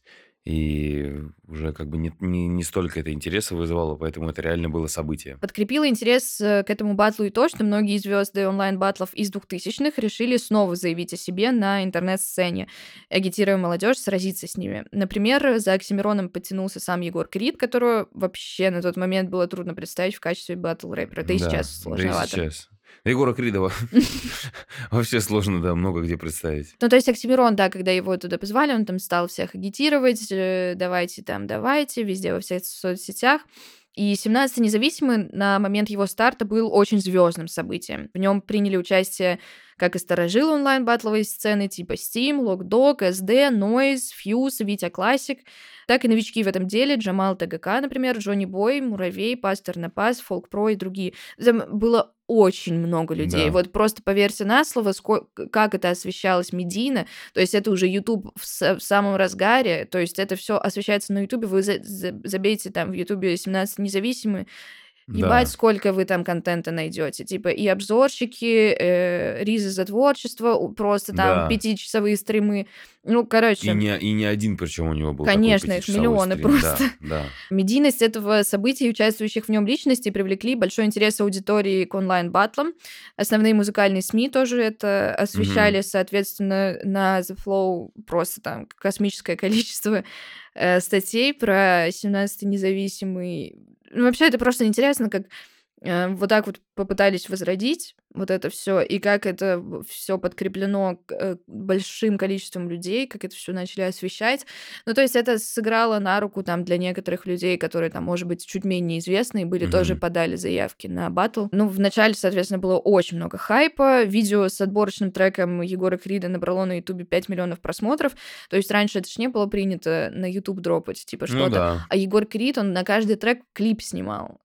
И уже как бы не столько это интереса вызывало, поэтому это реально было событие. Подкрепило интерес к этому баттлу и то, что многие звезды онлайн-баттлов из 2000-х решили снова заявить о себе на интернет-сцене, агитируя молодежь сразиться с ними. Например, за Оксимироном подтянулся сам Егор Крид, которого вообще на тот момент было трудно представить в качестве батл-рэпера. Да и сейчас сложновато. Да и сейчас. Егора Кридова вообще сложно, да, много где представить. Ну, то есть Оксимирон, да, когда его туда позвали, он там стал всех агитировать, давайте, везде во всех соцсетях. И 17-й независимый на момент его старта был очень звездным событием. В нем приняли участие как и старожилы онлайн-баттловой сцены типа Steam, Lockdog, SD, Noise, Fuse, Витя Классик, так и новички в этом деле, Джамал ТГК, например, Джонни Бой, Муравей, Пастор Напас, Folk Pro и другие. Там было очень много людей. Да. Вот просто поверьте на слово, как это освещалось медийно. То есть это уже YouTube в самом разгаре. То есть это все освещается на YouTube. Вы забейте там в YouTube 17 независимые. Ебать, сколько вы там контента найдете. Типа и обзорщики, ризы за творчество, просто там 5-часовые стримы. Ну, короче. И не один, причем у него был конечно, такой их миллионы стрим. просто. Да. Медийность этого события и участвующих в нем личностей привлекли большой интерес аудитории к онлайн-баттлам. Основные музыкальные СМИ тоже это освещали, соответственно, на The Flow просто там космическое количество статей про 17-й независимый. Ну, вообще, это просто интересно, как вот так вот попытались возродить вот это все, и как это все подкреплено большим количеством людей, как это все начали освещать. Ну, то есть это сыграло на руку там для некоторых людей, которые там, может быть, чуть менее известные были, тоже подали заявки на баттл. Ну, вначале, соответственно, было очень много хайпа. Видео с отборочным треком Егора Крида набрало на Ютубе 5 миллионов просмотров. То есть раньше это ж не было принято на Ютуб дропать, типа что-то. Да. А Егор Крид, он на каждый трек клип снимал.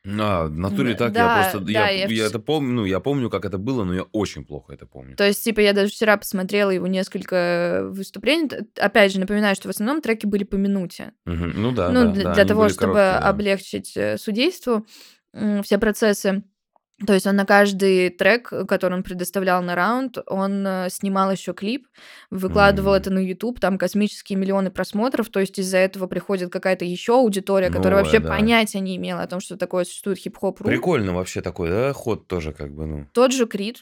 В натуре так, да, я это помню, я помню, как это было, но я очень плохо это помню. То есть, типа, я даже вчера посмотрела его несколько выступлений. Опять же, напоминаю, что в основном треки были по минуте. Ну да, для того, чтобы облегчить судейству все процессы. То есть он на каждый трек, который он предоставлял на раунд, он снимал еще клип, выкладывал это на YouTube, там космические миллионы просмотров, то есть из-за этого приходит какая-то еще аудитория, которая вообще понятия не имела о том, что такое существует хип-хоп-ру. Прикольно вообще такой, да, ход тоже как бы, Тот же Крид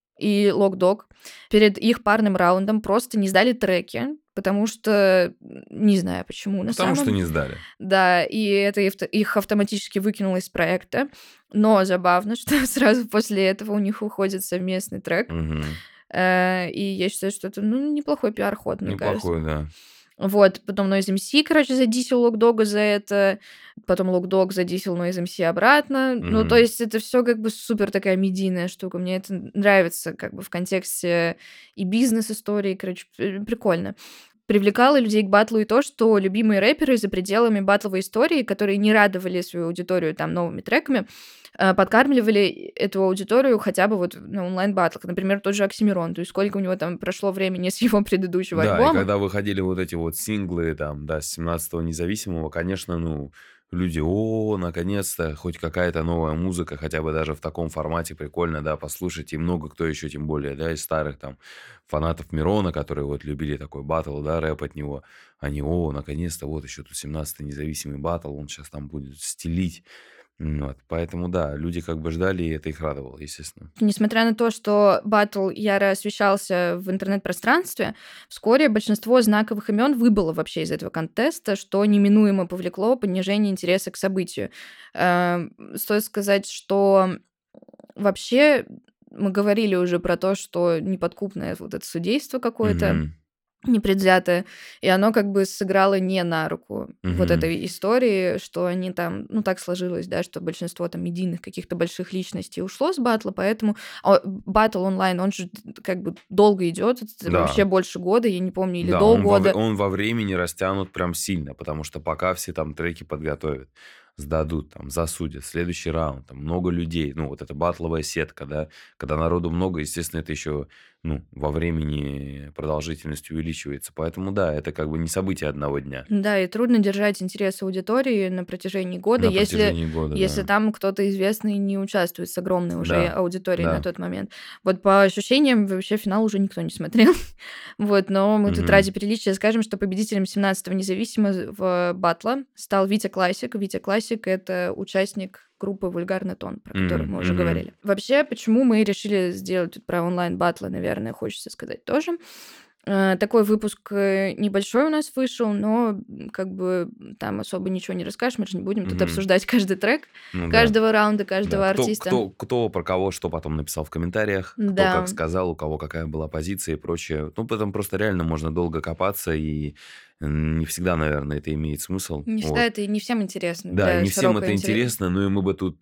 и Lockdog перед их парным раундом просто не сдали треки, потому что не знаю почему. Потому что не сдали. Да, и это их автоматически выкинуло из проекта. Но забавно, что сразу после этого у них уходит совместный трек. И я считаю, что это неплохой пиар-ход, мне кажется. Неплохой, да. Вот, потом Noise MC, задисил Lockdog за это, потом Lockdog задисил Noise MC обратно. Ну, то есть это все как бы супер такая медийная штука. Мне это нравится как бы в контексте и бизнес-истории, прикольно. Привлекало людей к баттлу и то, что любимые рэперы за пределами баттловой истории, которые не радовали свою аудиторию там новыми треками, подкармливали эту аудиторию хотя бы вот на онлайн-баттлах. Например, тот же Оксимирон. То есть сколько у него там прошло времени с его предыдущего альбома. Да, и когда выходили вот эти вот синглы там, да, с 17-го независимого, конечно, люди, о, наконец-то, хоть какая-то новая музыка, хотя бы даже в таком формате прикольно, да, послушать. И много кто еще, тем более, да, из старых там фанатов Мирона, которые вот любили такой батл, да, рэп от него, они, о, наконец-то, вот еще тут 17-й независимый батл, он сейчас там будет стелить. Вот, поэтому, да, люди как бы ждали, и это их радовало, естественно. Несмотря на то, что батл яро освещался в интернет-пространстве, вскоре большинство знаковых имен выбыло вообще из этого контеста, что неминуемо повлекло понижение интереса к событию. Стоит сказать, что вообще мы говорили уже про то, что неподкупное вот это судейство какое-то, Мгм. непредвзятое, и оно как бы сыграло не на руку вот Мгм. этой истории, что они там, ну, так сложилось, да, что большинство там медийных каких-то больших личностей ушло с батла, поэтому батл онлайн, он же как бы долго идет, вообще Да, больше года, я не помню, или да, до года. он во времени растянут прям сильно, потому что пока все там треки подготовят, сдадут, там, засудят, следующий раунд, там много людей, ну, вот эта батловая сетка, да, когда народу много, естественно, это еще, ну, во времени продолжительность увеличивается, поэтому, да, это как бы не событие одного дня Да, и трудно держать интерес аудитории на протяжении года, на если, протяжении года, если да. там кто-то известный не участвует с огромной уже Да, аудиторией на да. тот момент. Вот по ощущениям вообще финал уже никто не смотрел. Вот, но мы тут Мгм. ради приличия скажем, что победителем 17-го независимого батла стал Витя Классик. Витя Классик — это участник группы «Вульгарный тон», про которую мы уже Мгм. говорили. Вообще, почему мы решили сделать тут про онлайн-батлы, наверное, хочется сказать тоже. Такой выпуск небольшой у нас вышел, но как бы там особо ничего не расскажешь, мы же не будем тут Мгм. обсуждать каждый трек, Ну да. каждого раунда, Да, каждого артиста. кто про кого что потом написал в комментариях, кто Да, как сказал, у кого какая была позиция и прочее. Ну, потом просто реально можно долго копаться, и не всегда, наверное, это имеет смысл. не всегда Вот. это и не всем интересно Да, и для не всем широкой это интересно, но и мы бы тут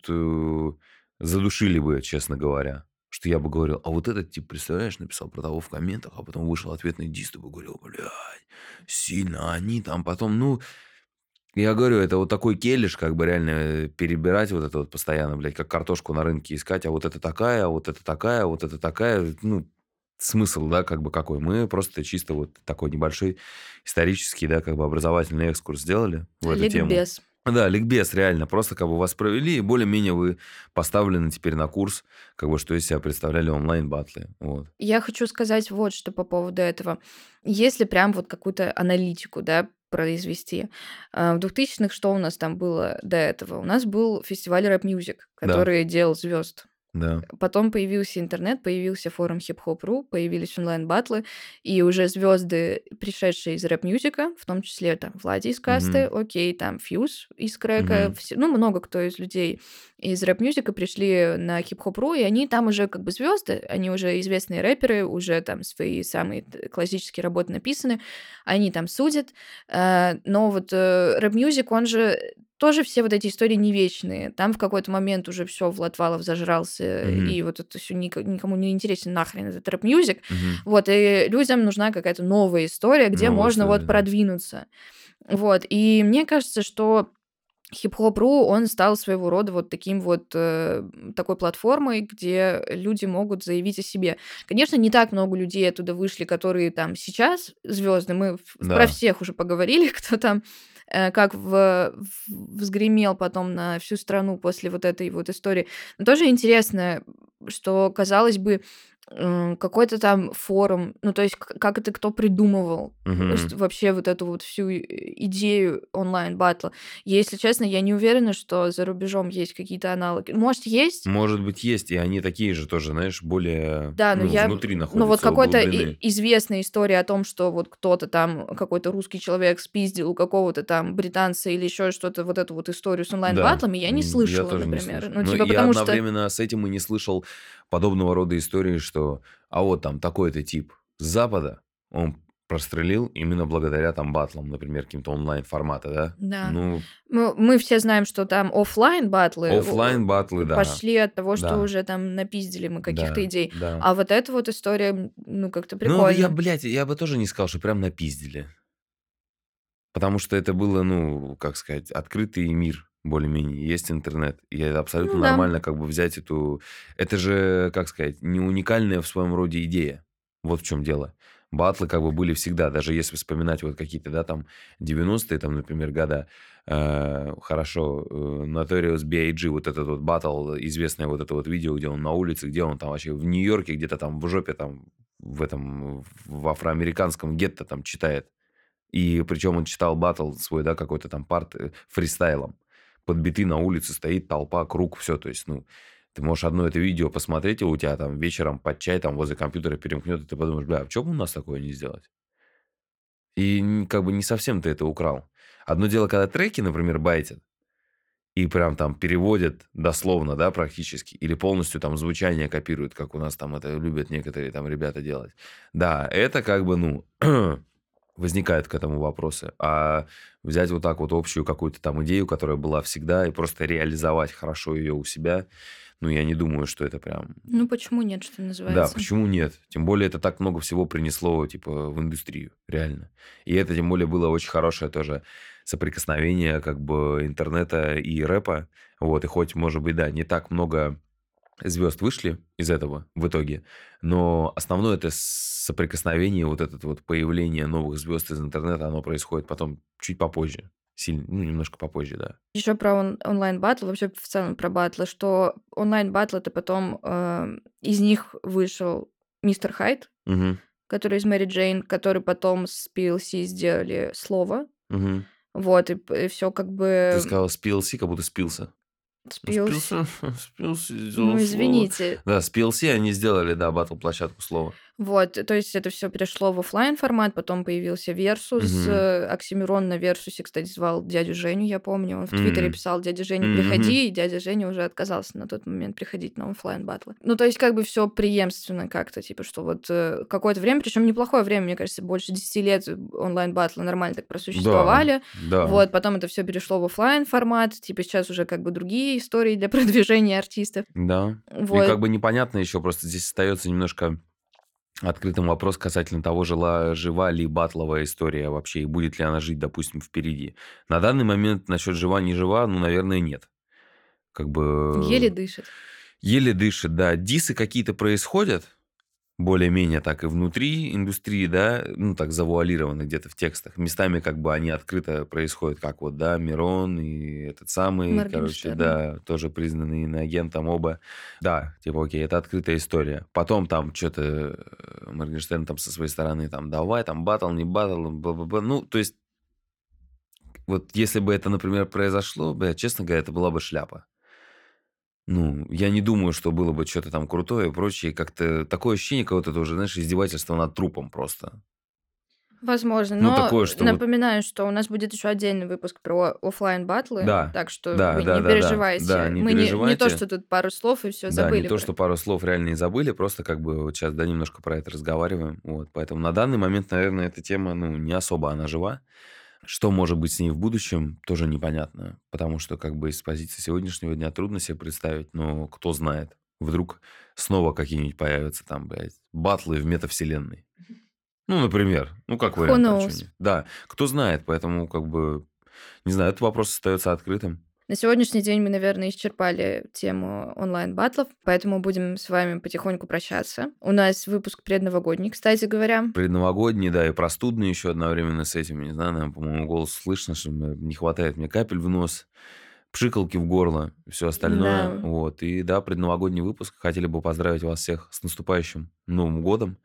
задушили бы, честно говоря. Что я бы говорил, а вот этот тип, представляешь, написал про того в комментах, а потом вышел ответный дис, и бы говорил, блядь, сильно они там потом, ну, я говорю, это вот такой келиш, как бы реально перебирать вот это вот постоянно, блядь, как картошку на рынке искать, а вот это такая, а вот это такая, а вот это такая, ну, смысл, да, как бы какой. Мы просто чисто вот такой небольшой исторический, да, как бы образовательный экскурс сделали в эту тему. ликбез. Да, ликбез, реально, просто как бы вас провели, и более-менее вы поставлены теперь на курс, как бы, что из себя представляли онлайн-батлы, вот. Я хочу сказать вот что по поводу этого. Если прям вот какую-то аналитику, да, произвести. В 2000-х что у нас там было до этого? У нас был фестиваль Rap Music, Да, который делал звезд. да. Потом появился интернет, появился форум Hip-Hop.ru, появились онлайн-батлы, и уже звезды, пришедшие из рэп-мьюзика, в том числе там Влади из Касты, Мгм. окей, там Фьюз из Крэка, Мгм. ну, много кто из людей из рэп-мьюзика пришли на Hip-Hop.ru, и они там уже как бы звезды, они уже известные рэперы, уже там свои самые классические работы написаны, они там судят, но вот рэп-мьюзик, он же тоже все вот эти истории не вечные. Там в какой-то момент уже все, Влад Валов зажрался, Мгм. и вот это все никому не интересен нахрен этот рэп-мьюзик. Мгм. Вот, и людям нужна какая-то новая история, где Новая можно история, вот да. продвинуться. Вот, и мне кажется, что Hip-Hop.ru, он стал своего рода вот таким вот, такой платформой, где люди могут заявить о себе. Конечно, не так много людей оттуда вышли, которые там сейчас звезды. Мы про Да. всех уже поговорили, кто там как взгремел потом на всю страну после вот этой вот истории. Но тоже интересно, что, казалось бы, какой-то там форум, ну, то есть как это кто придумывал, Мгм. вообще вот эту вот всю идею онлайн-батла. Если честно, я не уверена, что за рубежом есть какие-то аналоги. Может, есть? Может быть, есть, и они такие же тоже, знаешь, более, Да, но ну, я... внутри Ну, вот находятся, какой-то углублены. известная история о том, что вот кто-то там, какой-то русский человек спиздил у какого-то там британца или еще что-то, вот эту вот историю с Да, онлайн-батлами, я не я слышала, тоже не например. слышал. Ну, Но типа, я потому что... одновременно с этим и не слышал подобного рода истории, что, а вот там такой-то тип с Запада, он прострелил именно благодаря там батлам, например, каким-то онлайн-формата, да? Да. Ну, Мы все знаем, что там оффлайн батлы оффлайн батлы, да, пошли от того, что да, уже там напиздили мы каких-то да, идей. да. А вот эта вот история, ну, как-то Ну, я, прикольно. блядь, я бы тоже не сказал, что прям напиздили. Потому что это было, ну, как сказать, открытый мир, более-менее. Есть интернет. И это абсолютно Ну да. нормально как бы взять эту... Это же, как сказать, не уникальная в своем роде идея. Вот в чем дело. батлы как бы были всегда, даже если вспоминать вот какие-то, да, там 90-е, там, например, года, хорошо, Notorious B.I.G., вот этот вот батл, известное вот это вот видео, где он на улице, где он там вообще в Нью-Йорке, где-то там в жопе, там, в афроамериканском гетто там читает. И причем он читал батл свой, да, какой-то там парт фристайлом. Под биты на улице стоит толпа, круг, все. То есть, ну, ты можешь одно это видео посмотреть, и у тебя там вечером под чай там возле компьютера перемкнет, и ты подумаешь, бля, а почему бы у нас такое не сделать? И как бы не совсем ты это украл. Одно дело, когда треки, например, байтят, и прям там переводят дословно, да, практически, или полностью там звучание копируют, как у нас там это любят некоторые там ребята делать. Да, это как бы, ну, возникают к этому вопросы. А взять вот так вот общую какую-то там идею, которая была всегда, и просто реализовать хорошо ее у себя, ну, я не думаю, что это прям... Ну, почему нет, что Да, называется? почему нет? Тем более это так много всего принесло, типа, в индустрию, реально. И это, тем более, было очень хорошее тоже соприкосновение, как бы, интернета и рэпа. Вот, и хоть, может быть, да, не так много звезд вышли из этого в итоге, но основное это соприкосновение, вот это вот появление новых звезд из интернета, оно происходит потом чуть попозже. Сильно, ну, немножко попозже, да. Еще про онлайн-батл, вообще в целом про батлы, что онлайн-батл это потом из них вышел Мистер Хайд, Угу, который из Мэри Джейн, который потом с PLC сделали слово. угу. Вот, и все как Ты бы сказал с PLC, как будто спился. Ну, спился. спился, Ну, сделал слово. извините. Да, с PLC они сделали, да, батл-площадку слова. Вот, то есть это все перешло в оффлайн формат, потом появился Версус, Мгм. Оксимирон на Версусе, кстати, звал дядю Женю, я помню, он в Твиттере М. писал: «Дядя Женя, Мгм. приходи», и дядя Женя уже отказался на тот момент приходить на оффлайн батлы. Ну, то есть как бы все преемственно как-то, типа, что вот какое-то время, причем неплохое время, мне кажется, больше 10 лет онлайн батлы нормально так Да, просуществовали. да. Вот, потом это все перешло в оффлайн формат, типа сейчас уже как бы другие истории для продвижения артистов. Да. И Вот. как бы непонятно еще, просто здесь остается немножко открытым вопрос касательно того, жива ли батловая история вообще, и будет ли она жить, допустим, впереди. На данный момент насчет жива, не жива, ну, наверное, нет. Как Еле бы дышит. еле дышит, да. Дисы какие-то происходят, более-менее так и внутри индустрии, да, ну, так завуалированы где-то в текстах. Местами как бы они открыто происходят, как вот, да, Мирон и этот самый, короче, Моргенштерн. да, тоже признанный иноагентом оба. Да, типа, окей, это открытая история. Потом там что-то Моргенштерн там со своей стороны там, давай, там, батл, не батл, бла-бла-бла. Ну, то есть, вот если бы это, например, произошло, бля, честно говоря, это была бы шляпа. Ну, я не думаю, что было бы что-то там крутое и прочее. Как-то такое ощущение, как вот это уже, знаешь, издевательство над трупом просто. Возможно, Ну, но такое, что вот... напоминаю, что у нас будет еще отдельный выпуск про оффлайн батлы, Да, так что да, вы да, не да, да, переживайте. да, не Мы не то, переживайте. что тут пару слов и все Да, забыли не то, про что пару слов реально и забыли, просто как бы вот сейчас, да, немножко про это разговариваем. Вот, поэтому на данный момент, наверное, эта тема, ну, не особо она жива. Что может быть с ней в будущем, тоже непонятно. Потому что, как бы, из позиции сегодняшнего дня трудно себе представить, но кто знает. Вдруг снова какие-нибудь появятся там, блядь, батлы в метавселенной. Ну, например. Ну, как Who вариант. там knows? что-нибудь. Да, кто знает, поэтому, как бы, не знаю, этот вопрос остается открытым. На сегодняшний день мы, наверное, исчерпали тему онлайн-батлов, поэтому будем с вами потихоньку прощаться. У нас выпуск предновогодний, кстати говоря. Предновогодний, да, и простудный еще одновременно с этим. Не знаю, наверное, по-моему, голос слышно, что не хватает мне капель в нос, пшикалки в горло и все остальное. Да. Вот. И да, предновогодний выпуск. Хотели бы поздравить вас всех с наступающим Новым годом.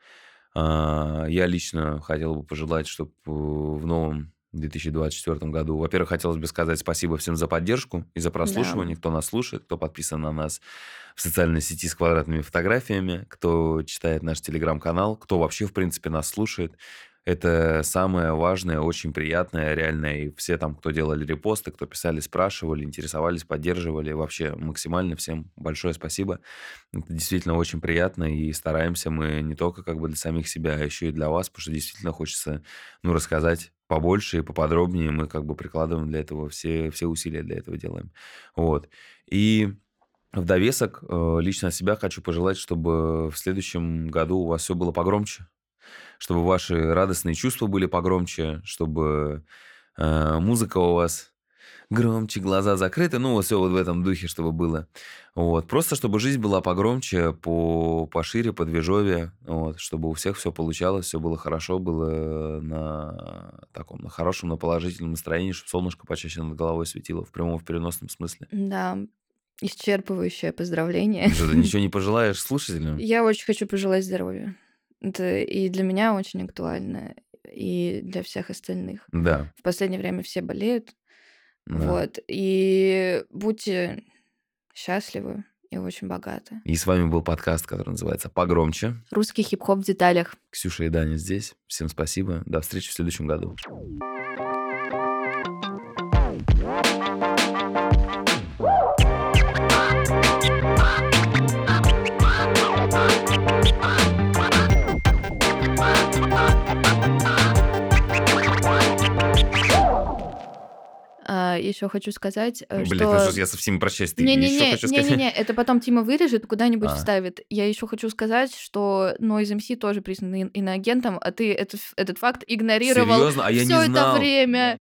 Я лично хотел бы пожелать, чтобы в новом 2024 году, во-первых, хотелось бы сказать спасибо всем за поддержку и за прослушивание, кто нас слушает, кто подписан на нас в социальной сети с квадратными фотографиями, кто читает наш телеграм-канал, кто вообще, в принципе, нас слушает. Это самое важное, очень приятное, реально. И все там, кто делали репосты, кто писали, спрашивали, интересовались, поддерживали. Вообще максимально всем большое спасибо. Это действительно очень приятно. И стараемся мы не только как бы для самих себя, а еще и для вас, потому что действительно хочется, ну, рассказать побольше и поподробнее. Мы как бы прикладываем для этого все усилия для этого делаем. Вот. И в довесок лично от себя хочу пожелать, чтобы в следующем году у вас все было погромче, чтобы ваши радостные чувства были погромче, чтобы музыка у вас громче, глаза закрыты. Ну, вот все вот в этом духе, чтобы было. Вот. Просто чтобы жизнь была погромче, пошире, подвижовее. Вот. Чтобы у всех все получалось, все было хорошо, было на таком, на хорошем, на положительном настроении, чтобы солнышко почаще над головой светило в прямом, в переносном смысле. Да, исчерпывающее поздравление. Что, ты ничего не пожелаешь слушателям? Я очень хочу пожелать здоровья. Это и для меня очень актуально, и для всех остальных. Да. В последнее время все болеют. Да. Вот. И будьте счастливы и очень богаты. И с вами был подкаст, который называется «Погромче». Русский хип-хоп в деталях. Ксюша и Даня здесь. Всем спасибо. До встречи в следующем году. Еще хочу сказать, Блядь, ну что... что ж я со всеми прощаюсь. Ты еще хочу сказать? Не-не-не, это потом Тима вырежет, куда-нибудь А. вставит. Я еще хочу сказать, что Noise MC тоже признан иноагентом, а ты этот факт игнорировал Серьезно? А я все не это знал. время.